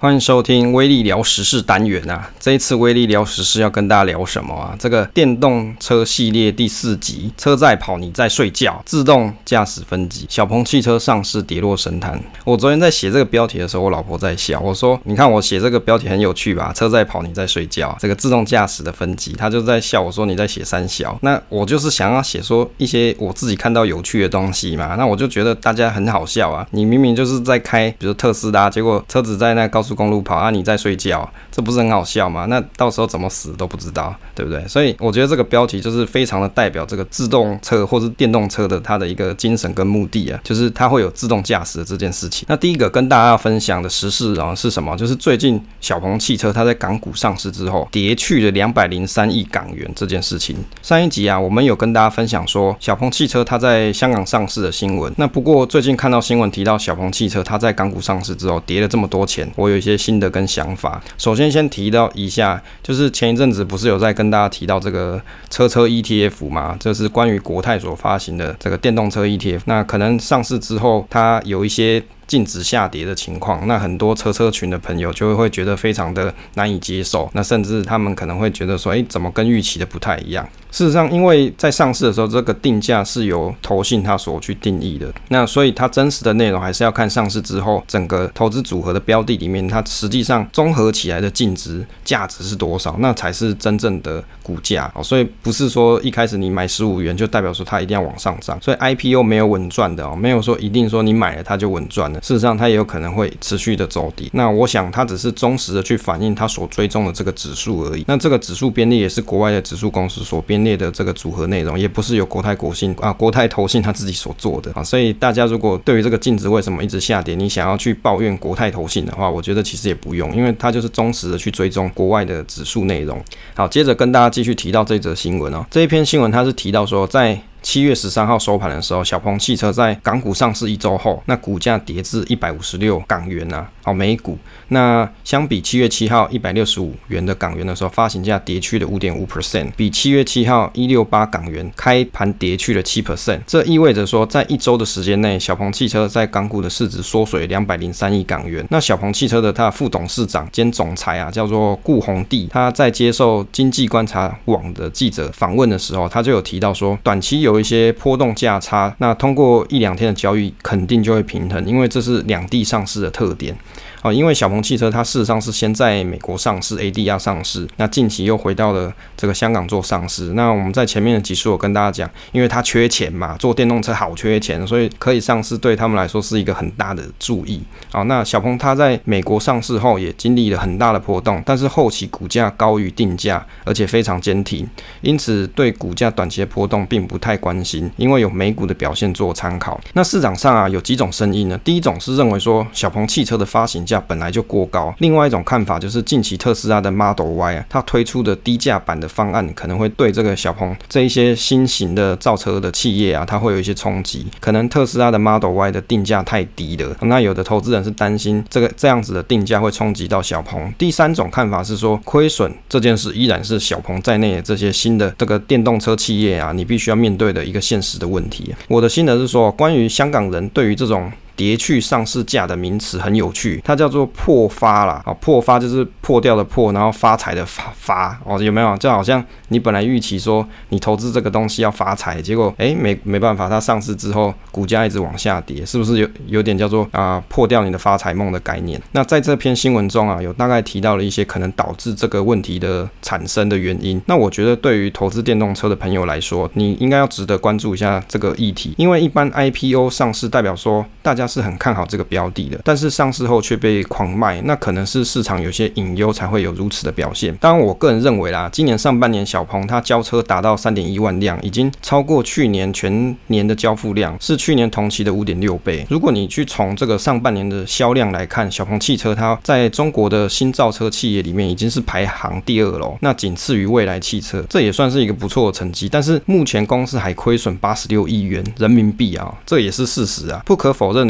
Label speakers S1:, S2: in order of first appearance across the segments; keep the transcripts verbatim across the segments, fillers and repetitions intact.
S1: 欢迎收听威力聊时事单元啊！这一次威力聊时事要跟大家聊什么啊？这个电动车系列第四集，车在跑你在睡觉，自动驾驶分级，小鹏汽车上市跌落神坛。我昨天在写这个标题的时候，我老婆在笑，我说：“你看我写这个标题很有趣吧？车在跑你在睡觉，这个自动驾驶的分级。”她就在笑我说：“你在写三小。”那我就是想要写说一些我自己看到有趣的东西嘛。那我就觉得大家很好笑啊！你明明就是在开，比如特斯拉，结果车子在那高速公路跑啊，你在睡觉，这不是很好笑吗？那到时候怎么死都不知道，对不对？所以我觉得这个标题就是非常的代表这个自动车或是电动车的它的一个精神跟目的啊，就是它会有自动驾驶的这件事情。那第一个跟大家分享的时事啊是什么？就是最近小鹏汽车它在港股上市之后，跌去了两百零三亿港元这件事情。上一集啊，我们有跟大家分享说小鹏汽车它在香港上市的新闻。那不过最近看到新闻提到小鹏汽车它在港股上市之后跌了这么多钱，我有一些新的跟想法。首先先提到一下，就是前一阵子不是有在跟大家提到这个车车 E T F 嘛，这是关于国泰所发行的这个电动车 E T F。那可能上市之后，它有一些净值下跌的情况，那很多车车群的朋友就会觉得非常的难以接受，那甚至他们可能会觉得说，哎，怎么跟预期的不太一样？事实上，因为在上市的时候，这个定价是由投信它所去定义的，那所以它真实的内容还是要看上市之后整个投资组合的标的里面，它实际上综合起来的净值价值是多少，那才是真正的股价。所以不是说一开始你买十五元就代表说它一定要往上涨，所以 I P O 没有稳赚的，没有说一定说你买了它就稳赚了，事实上它也有可能会持续的走低。那我想它只是忠实的去反映它所追踪的这个指数而已。那这个指数编列也是国外的指数公司所编列的这个组合内容，也不是由国泰国信啊国泰投信他自己所做的啊。所以大家如果对于这个净值为什么一直下跌，你想要去抱怨国泰投信的话，我觉得其实也不用，因为它就是忠实的去追踪国外的指数内容。好，接着跟大家继续提到这则新闻哦。这一篇新闻它是提到说，在七月十三号收盘的时候，小鹏汽车在港股上市一周后，那股价跌至一百五十六港元啊，好每股。那相比七月七号一百六十五元的港元的时候，发行价跌去了 百分之五点五， 比七月七号一百六十八港元开盘跌去了 百分之七。 这意味着说，在一周的时间内，小鹏汽车在港股的市值缩水两百零三亿港元。那小鹏汽车的他的副董事长兼总裁啊，叫做顾宏棣，他在接受经济观察网的记者访问的时候，他就有提到说，短期有有一些波动价差，那通过一两天的交易肯定就会平衡，因为这是两地上市的特点。好，因为小鹏汽车它事实上是先在美国上市 A D R 上市，那近期又回到了这个香港做上市。那我们在前面的集数有跟大家讲，因为它缺钱嘛，做电动车好缺钱，所以可以上市对他们来说是一个很大的注意。好，那小鹏它在美国上市后也经历了很大的波动，但是后期股价高于定价，而且非常坚挺，因此对股价短期的波动并不太关心，因为有美股的表现做参考。那市场上啊有几种声音呢？第一种是认为说小鹏汽车的发行价本来就过高，另外一种看法就是近期特斯拉的 Model Y 啊，它推出的低价版的方案可能会对这个小鹏这一些新型的造车的企业啊，它会有一些冲击。可能特斯拉的 Model Y 的定价太低了，那有的投资人是担心这个这样子的定价会冲击到小鹏。第三种看法是说，亏损这件事依然是小鹏在内的这些新的这个电动车企业啊，你必须要面对的一个现实的问题。我的心得是说，关于香港人对于这种跌去上市价的名词很有趣，它叫做破发啦。破发就是破掉的破，然后发财的发发哦，有没有？就好像你本来预期说你投资这个东西要发财，结果哎没没办法，它上市之后股价一直往下跌，是不是有有点叫做啊、呃、破掉你的发财梦的概念？那在这篇新闻中啊，有大概提到了一些可能导致这个问题的产生的原因。那我觉得对于投资电动车的朋友来说，你应该要值得关注一下这个议题，因为一般 I P O 上市代表说大家是很看好这个标的的，但是上市后却被狂卖，那可能是市场有些隐忧才会有如此的表现。当然我个人认为啦，今年上半年小鹏它交车达到 三点一万辆，已经超过去年全年的交付量，是去年同期的 五点六倍。如果你去从这个上半年的销量来看，小鹏汽车它在中国的新造车企业里面已经是排行第二咯，那仅次于蔚来汽车，这也算是一个不错的成绩。但是目前公司还亏损八十六亿元人民币啊，这也是事实啊。不可否认的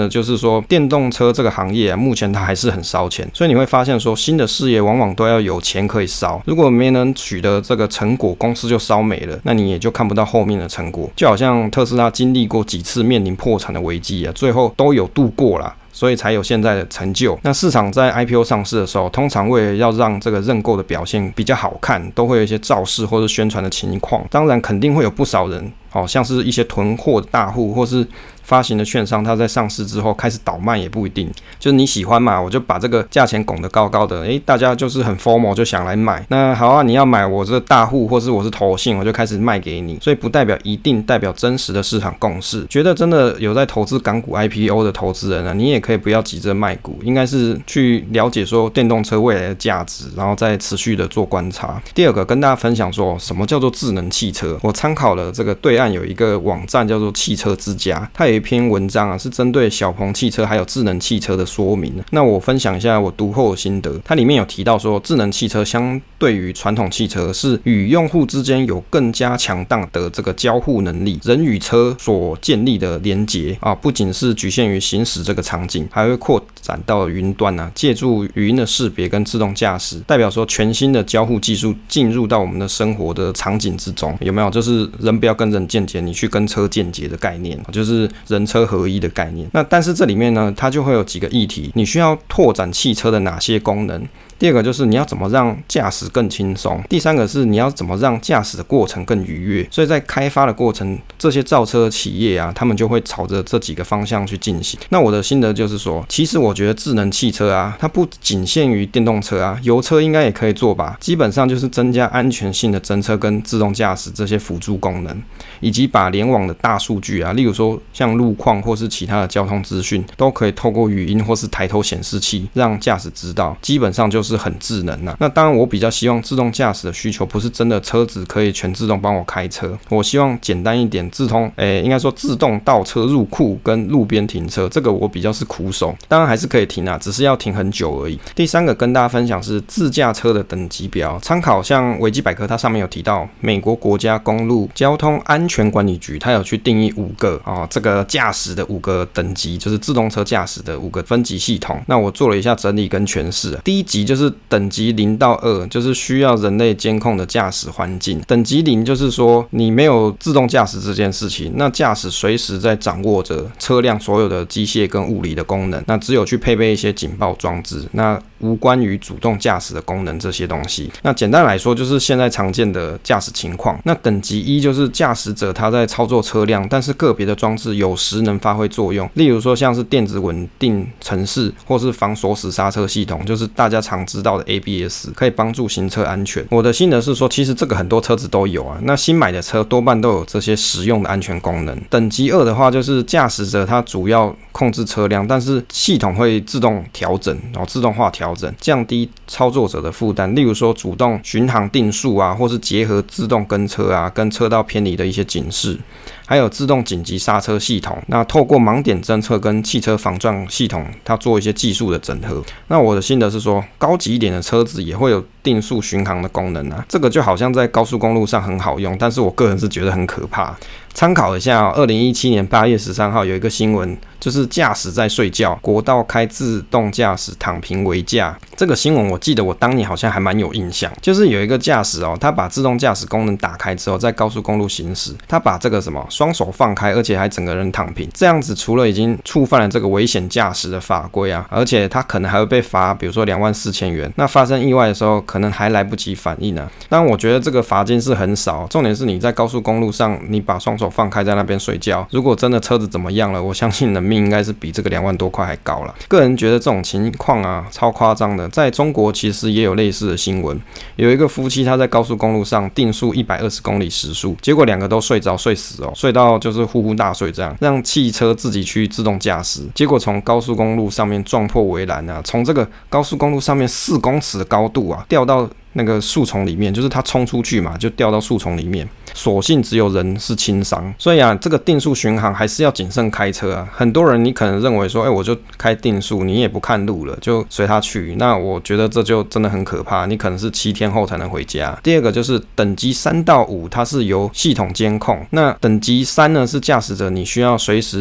S1: 的就是说，电动车这个行业啊，目前它还是很烧钱，所以你会发现说，新的事业往往都要有钱可以烧，如果没能取得这个成果，公司就烧没了，那你也就看不到后面的成果。就好像特斯拉经历过几次面临破产的危机啊，最后都有度过啦，所以才有现在的成就。那市场在 I P O 上市的时候，通常为了要让这个认购的表现比较好看，都会有一些造势或是宣传的情况。当然，肯定会有不少人，哦，像是一些囤货的大户，或是发行的券商，它在上市之后开始倒卖也不一定。就是你喜欢嘛，我就把这个价钱拱得高高的，诶，大家就是很 FOMO 就想来买。那好啊，你要买我这大户或是我是投信，我就开始卖给你。所以不代表一定代表真实的市场共识。觉得真的有在投资港股 I P O 的投资人啊，你也可以不要急着卖股，应该是去了解说电动车未来的价值，然后再持续的做观察。第二个跟大家分享说什么叫做智能汽车，我参考了这个对岸有一个网站叫做汽车之家，它有一篇文章啊，是针对小鹏汽车还有智能汽车的说明。那我分享一下我读后的心得。它里面有提到说，智能汽车相对于传统汽车是与用户之间有更加强大的这个交互能力，人与车所建立的连结啊，不仅是局限于行驶这个场景，还会扩展到云端啊，借助语音的识别跟自动驾驶，代表说全新的交互技术进入到我们的生活的场景之中。有没有？就是人不要跟人间结，你去跟车间结的概念，就是人车合一的概念。那但是这里面呢，它就会有几个议题，你需要拓展汽车的哪些功能？第二个就是你要怎么让驾驶更轻松，第三个是你要怎么让驾驶的过程更愉悦。所以在开发的过程，这些造车企业啊，他们就会朝着这几个方向去进行。那我的心得就是说，其实我觉得智能汽车啊，它不仅限于电动车啊，油车应该也可以做吧。基本上就是增加安全性的侦测跟自动驾驶这些辅助功能，以及把联网的大数据啊，例如说像路况或是其他的交通资讯，都可以透过语音或是抬头显示器让驾驶知道，基本上就是很智能啊。那当然我比较希望自动驾驶的需求不是真的车子可以全自动帮我开车，我希望简单一点，自通诶、欸、应该说自动倒车入库跟路边停车，这个我比较是苦手，当然还是可以停啊，只是要停很久而已。第三个跟大家分享是自驾车的等级表，参考像维基百科，它上面有提到美国国家公路交通安全管理局，它有去定义五个哦，这个驾驶的五个等级，就是自动车驾驶的五个分级系统。那我做了一下整理跟诠释、啊、第一级就是等级零到二，就是需要人类监控的驾驶环境。等级零就是说你没有自动驾驶这件事情，那驾驶随时在掌握着车辆所有的机械跟物理的功能，那只有去配备一些警报装置，那无关于主动驾驶的功能这些东西。那简单来说就是现在常见的驾驶情况。那等级一就是驾驶者他在操作车辆，但是个别的装置有时能发挥作用，例如说像是电子稳定程式或是防锁死刹车系统，就是大家常知道的 A B S， 可以帮助行车安全。我的心得是说，其实这个很多车子都有啊，那新买的车多半都有这些实用的安全功能。等级二的话就是驾驶者他主要控制车辆，但是系统会自动调整，然后自动化调整，降低操作者的负担。例如说主动巡航定速啊，或是结合自动跟车啊，跟车道偏离的一些警示，还有自动紧急刹车系统。那透过盲点侦测跟汽车防撞系统，它做一些技术的整合。那我的心得是说，高级一点的车子也会有定速巡航的功能啊，这个就好像在高速公路上很好用，但是我个人是觉得很可怕。参考一下哦，二零一七年八月十三号有一个新闻，就是驾驶在睡觉，国道开自动驾驶躺平为驾。这个新闻我记得我当年好像还蛮有印象，就是有一个驾驶哦，他把自动驾驶功能打开之后，在高速公路行驶，他把这个什么双手放开，而且还整个人躺平，这样子除了已经触犯了这个危险驾驶的法规啊，而且他可能还会被罚，比如说两万四千元。那发生意外的时候，可能还来不及反应啊。当然，我觉得这个罚金是很少，重点是你在高速公路上，你把双手放开在那边睡觉，如果真的车子怎么样了，我相信人命应该是比这个两万多块还高了。个人觉得这种情况啊，超夸张的。在中国其实也有类似的新闻，有一个夫妻他在高速公路上定速一百二十公里时速，结果两个都睡着睡死哦，睡到就是呼呼大睡这样，让汽车自己去自动驾驶，结果从高速公路上面撞破围栏啊，从这个高速公路上面四公尺的高度啊，掉到那个树丛里面，就是他冲出去嘛，就掉到树丛里面，所幸只有人是轻伤。所以啊，这个定速巡航还是要谨慎开车啊。很多人你可能认为说，哎、欸，我就开定速，你也不看路了，就随他去。那我觉得这就真的很可怕，你可能是七天后才能回家。第二个就是等级三到五，它是由系统监控。那等级三呢，是驾驶者你需要随时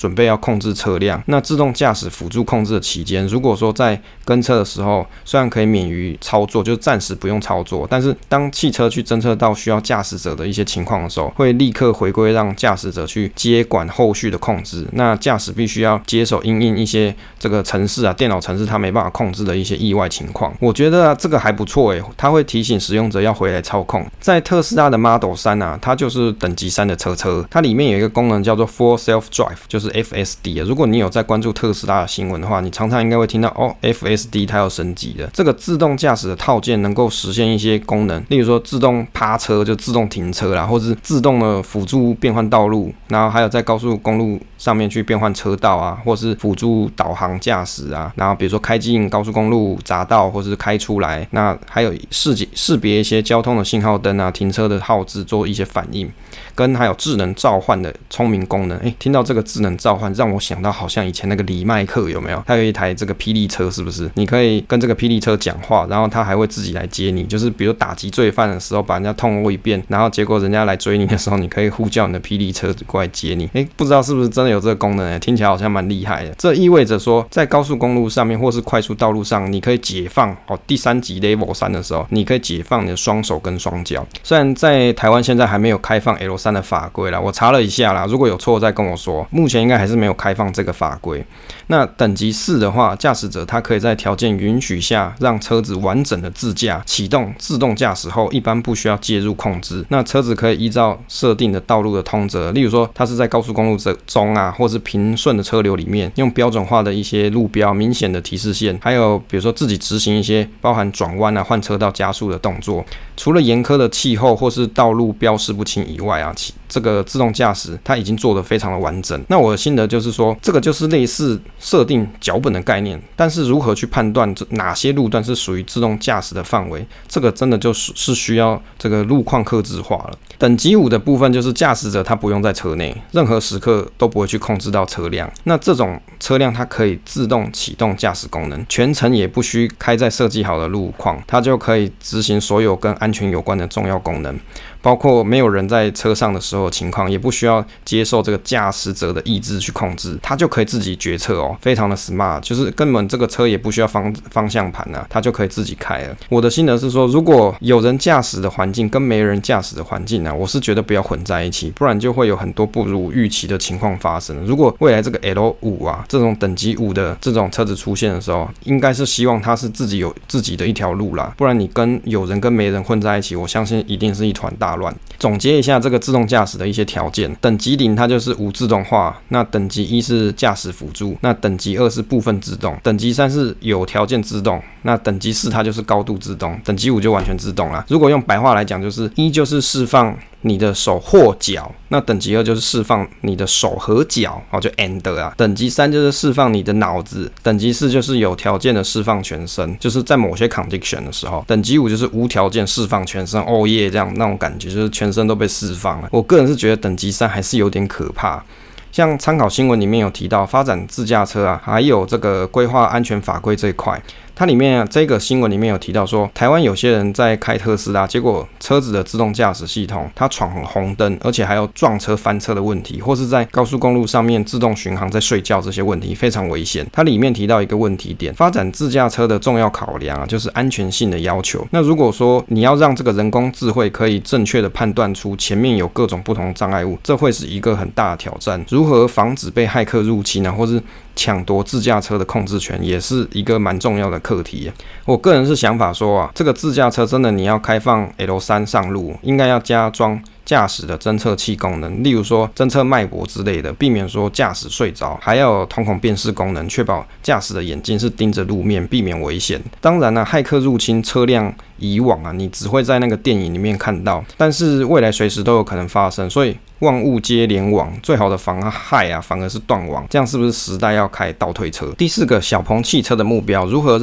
S1: 准备要控制车辆，那自动驾驶辅助控制的期间，如果说在跟车的时候，虽然可以免于操作，就是暂时不用操作，但是当汽车去侦测到需要驾驶者的一些情况的时候，会立刻回归让驾驶者去接管后续的控制。那驾驶必须要接手因应一些这个程式啊、电脑程式它没办法控制的一些意外情况。我觉得、啊、这个还不错诶，它会提醒使用者要回来操控。在特斯拉的 Model 三啊，它就是等级三的车车，它里面有一个功能叫做 Full Self Drive， 就是 F S D 啊。如果你有在关注特斯拉的新闻的话，你常常应该会听到哦 ，F S D 它要升级的。这个自动驾驶的套件能够实现一些功能，例如说自动趴车就自动停车啦，或是自动的辅助变换道路，然后还有在高速公路上面去变换车道啊，或是辅助导航驾驶啊，然后比如说开进高速公路匝道或是开出来，那还有识识别一些交通的信号灯啊、停车的号志做一些反应，跟还有智能召唤的聪明功能。诶，听到这个智能召唤，让我想到好像以前那个李麦克有没有？他有一台这个霹雳车，是不是？你可以跟这个霹雳车讲话，然后他还会自己来接你。就是比如打击罪犯的时候，把人家痛殴一遍，然后结果人家来追你的时候，你可以呼叫你的霹雳车过来接你。诶，不知道是不是真的有这个功能？诶，听起来好像蛮厉害的。这意味着说，在高速公路上面或是快速道路上，你可以解放哦第三级 Level 三的时候，你可以解放你的双手跟双脚。虽然在台湾现在还没有开放 L 三的法规啦，我查了一下啦，如果有错再跟我说。目前应该还是没有开放这个法规。那等级四的话，驾驶者他可以在条件允许下，让车子完整的自驾启动自动驾驶后，一般不需要介入控制。那车子可以依照设定的道路的通则，例如说它是在高速公路中啊，或是平顺的车流里面，用标准化的一些路标、明显的提示线，还有比如说自己执行一些包含转弯啊、换车道加速的动作。除了严苛的气候或是道路标示不清以外啊，这个自动驾驶它已经做得非常的完整。那我的心得就是说，这个就是类似设定脚本的概念，但是如何去判断哪些路段是属于自动驾驶的范围，这个真的就是是需要这个路况客制化了。等级五的部分就是驾驶者他不用在车内，任何时刻都不会去控制到车辆。那这种车辆它可以自动启动驾驶功能，全程也不需开在设计好的路况，它就可以执行所有跟安全有关的重要功能，包括没有人在车上的时候的情况，也不需要接受这个驾驶者的意志去控制，它就可以自己决策哦，非常的 smart， 就是根本这个车也不需要方方向盘啊，它就可以自己开了。我的心得是说，如果有人驾驶的环境跟没人驾驶的环境啊，我是觉得不要混在一起，不然就会有很多不如预期的情况发生。如果未来这个 L 五 啊这种等级五的这种车子出现的时候，应该是希望它是自己有自己的一条路啦，不然你跟有人跟没人混在一起，我相信一定是一团大乱。总结一下这个自动驾驶的一些条件，等级零它就是无自动化，那等级一是驾驶辅助，那等级二是部分自动，等级三是有条件自动，那等级四它就是高度自动，等级五就完全自动啦。如果用白话来讲，就是一就是释放你的手或脚，那等级二就是释放你的手和脚，哦，就 and 啊。等级三就是释放你的脑子，等级四就是有条件的释放全身，就是在某些 condition 的时候。等级五就是无条件释放全身，哦耶，这样那种感觉就是全身都被释放了。我个人是觉得等级三还是有点可怕。像参考新闻里面有提到，发展自驾车啊，还有这个规划安全法规这一块。它里面、啊、这个新闻里面有提到说，台湾有些人在开特斯拉，结果车子的自动驾驶系统它闯红灯，而且还有撞车翻车的问题，或是在高速公路上面自动巡航在睡觉，这些问题非常危险。它里面提到一个问题点，发展自驾车的重要考量啊，就是安全性的要求。那如果说你要让这个人工智慧可以正确的判断出前面有各种不同障碍物，这会是一个很大的挑战。如何防止被骇客入侵啊，或是抢夺自驾车的控制权，也是一个蛮重要的课题。我个人是想法说啊，这个自驾车真的你要开放 L 三 上路，应该要加装驾驶的侦测器功能，例如说侦测脉搏之类的，避免说驾驶睡着，还要有瞳孔辨识功能，确保驾驶的眼睛是盯着路面，避免危险。当然啊，骇客入侵车辆以往啊，你只会在那个电影里面看到，但是未来随时都有可能发生，所以万物皆联网，最好的防害啊，反而是断网。这样是不是时代要开倒退车？第四个，小鹏汽车的目标，如何让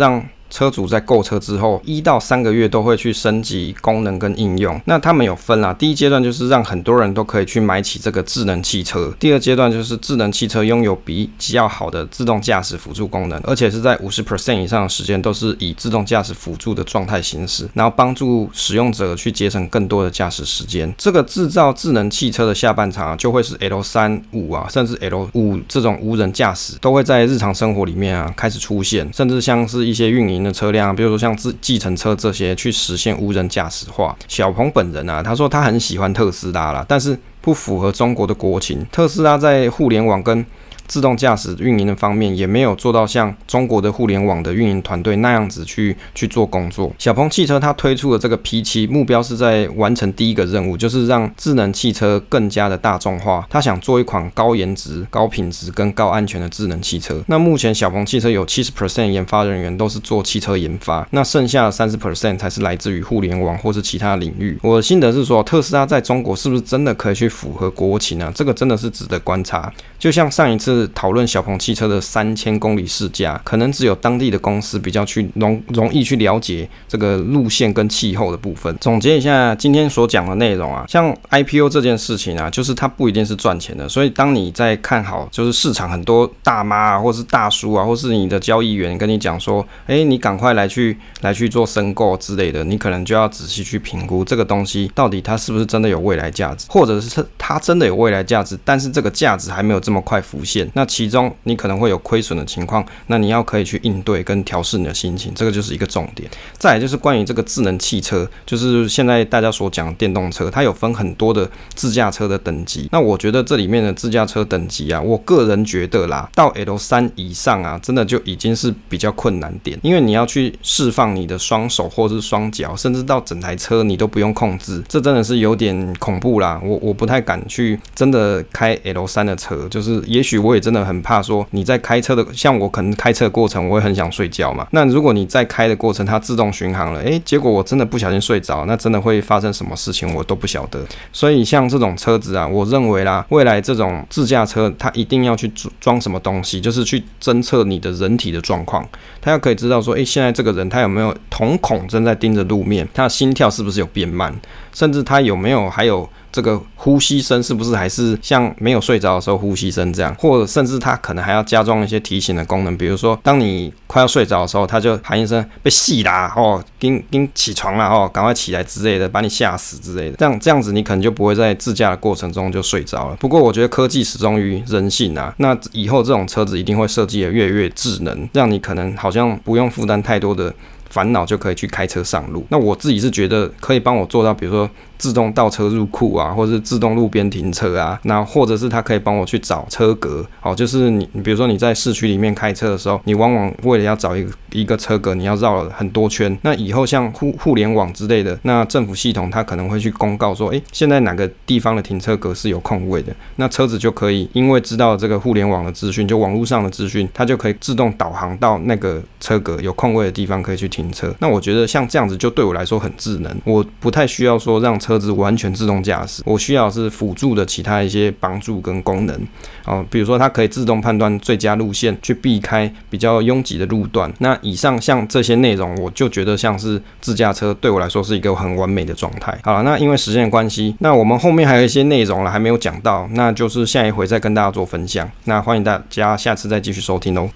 S1: 车主在购车之后一到三个月都会去升级功能跟应用。那他们有分啦，第一阶段就是让很多人都可以去买起这个智能汽车，第二阶段就是智能汽车拥有比较好的自动驾驶辅助功能，而且是在 百分之五十 以上的时间都是以自动驾驶辅助的状态行驶，然后帮助使用者去节省更多的驾驶时间。这个制造智能汽车的下半场、啊、就会是 L 三、五 啊，甚至 L 五 这种无人驾驶都会在日常生活里面啊开始出现，甚至像是一些运营的车辆，比如说像计程车这些去实现无人驾驶化。小鹏本人啊，他说他很喜欢特斯拉啦，但是不符合中国的国情。特斯拉在互联网跟自动驾驶运营的方面也没有做到像中国的互联网的运营团队那样子去去做工作。小鹏汽车它推出的这个 P 七 目标是在完成第一个任务，就是让智能汽车更加的大众化。他想做一款高颜值、高品质跟高安全的智能汽车。那目前小鹏汽车有 百分之七十 研发人员都是做汽车研发，那剩下的 百分之三十 才是来自于互联网或是其他领域。我的心得是说，特斯拉在中国是不是真的可以去符合国情啊？这个真的是值得观察。就像上一次讨论小鹏汽车的三千公里试驾，可能只有当地的公司比较去容容易去了解这个路线跟气候的部分。总结一下今天所讲的内容啊，像 I P O 这件事情啊，就是它不一定是赚钱的，所以当你在看好就是市场很多大妈啊，或是大叔啊，或是你的交易员跟你讲说，哎，你赶快来去来去做申购之类的，你可能就要仔细去评估这个东西到底它是不是真的有未来价值，或者是它真的有未来价值，但是这个价值还没有这么快浮现，那其中你可能会有亏损的情况，那你要可以去应对跟调试你的心情，这个就是一个重点。再来就是关于这个智能汽车，就是现在大家所讲的电动车，它有分很多的自驾车的等级。那我觉得这里面的自驾车等级啊，我个人觉得啦，到 L 三 以上啊，真的就已经是比较困难点，因为你要去释放你的双手或是双脚，甚至到整台车你都不用控制，这真的是有点恐怖啦。我我不太敢去真的开 L 三 的车，就是也许我也真的很怕说你在开车的，像我可能开车的过程我会很想睡觉嘛，那如果你在开的过程它自动巡航了，诶，结果我真的不小心睡着，那真的会发生什么事情我都不晓得。所以像这种车子啊，我认为啦，未来这种自驾车它一定要去装什么东西，就是去侦测你的人体的状况，它要可以知道说，诶，现在这个人他有没有瞳孔正在盯着路面，他的心跳是不是有变慢，甚至他有没有还有这个呼吸声是不是还是像没有睡着的时候呼吸声这样，或者甚至它可能还要加装一些提醒的功能，比如说当你快要睡着的时候，它就喊一声被戏啦，哦，跟跟起床啦，哦，赶快起来之类的，把你吓死之类的，这样这样子你可能就不会在自驾的过程中就睡着了。不过我觉得科技始终于人性啊，那以后这种车子一定会设计的越来越智能，让你可能好像不用负担太多的烦恼就可以去开车上路。那我自己是觉得可以帮我做到，比如说自动倒车入库啊，或者是自动路边停车啊，那或者是它可以帮我去找车格，好，就是你比如说你在市区里面开车的时候，你往往为了要找一个一个车格，你要绕了很多圈。那以后像互互联网之类的，那政府系统它可能会去公告说，诶，现在哪个地方的停车格是有空位的，那车子就可以因为知道这个互联网的资讯，就网络上的资讯，它就可以自动导航到那个车格有空位的地方可以去停车。那我觉得像这样子就对我来说很智能，我不太需要说让车子完全自动驾驶，我需要是辅助的其他一些帮助跟功能，哦，比如说它可以自动判断最佳路线，去避开比较拥挤的路段。那以上像这些内容，我就觉得像是自驾车对我来说是一个很完美的状态。好了，那因为时间的关系，那我们后面还有一些内容了还没有讲到，那就是下一回再跟大家做分享。那欢迎大家下次再继续收听哦。